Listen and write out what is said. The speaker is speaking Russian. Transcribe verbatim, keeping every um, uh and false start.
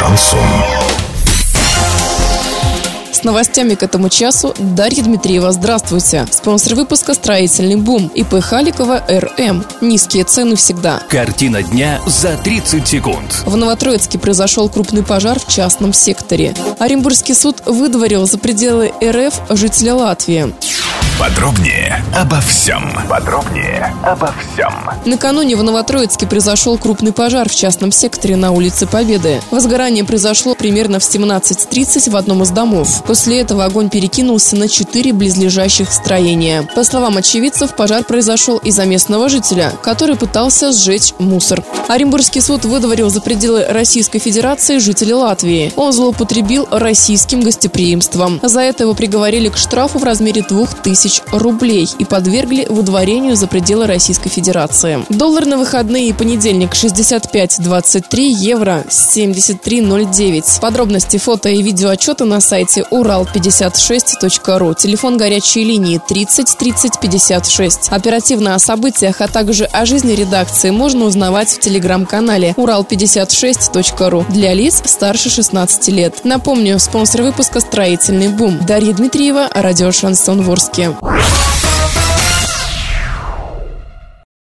Шансон. С новостями к этому часу Дарья Дмитриева. Здравствуйте. Спонсор выпуска «Строительный бум». ИП Халикова эр.эм. Низкие цены всегда. Картина дня за тридцать секунд. В Новотроицке произошел крупный пожар в частном секторе. Оренбургский суд выдворил за пределы эр эф жителя Латвии. Подробнее обо всем. Подробнее обо всем. Накануне в Новотроицке произошел крупный пожар в частном секторе на улице Победы. Возгорание произошло примерно в семнадцать тридцать в одном из домов. После этого огонь перекинулся на четыре близлежащих строения. По словам очевидцев, пожар произошел из-за местного жителя, который пытался сжечь мусор. Оренбургский суд выдворил за пределы Российской Федерации жителя Латвии. Он злоупотребил российским гостеприимством. За это его приговорили к штрафу в размере двух тысяч рублей и подвергли выдворению за пределы Российской Федерации. Доллар на выходные и понедельник шестьдесят пять двадцать три, евро семьдесят три ноль девять. Подробности, фото и видеоотчеты на сайте урал пятьдесят шесть точка ру. Телефон горячей линии тридцать тридцать пятьдесят шесть. Оперативно о событиях, а также о жизни редакции можно узнавать в телеграм-канале урал пятьдесят шесть точка ру для лиц старше шестнадцати лет. Напомню, спонсор выпуска «Строительный бум». Дарья Дмитриева, радио «Шансон» в Орске.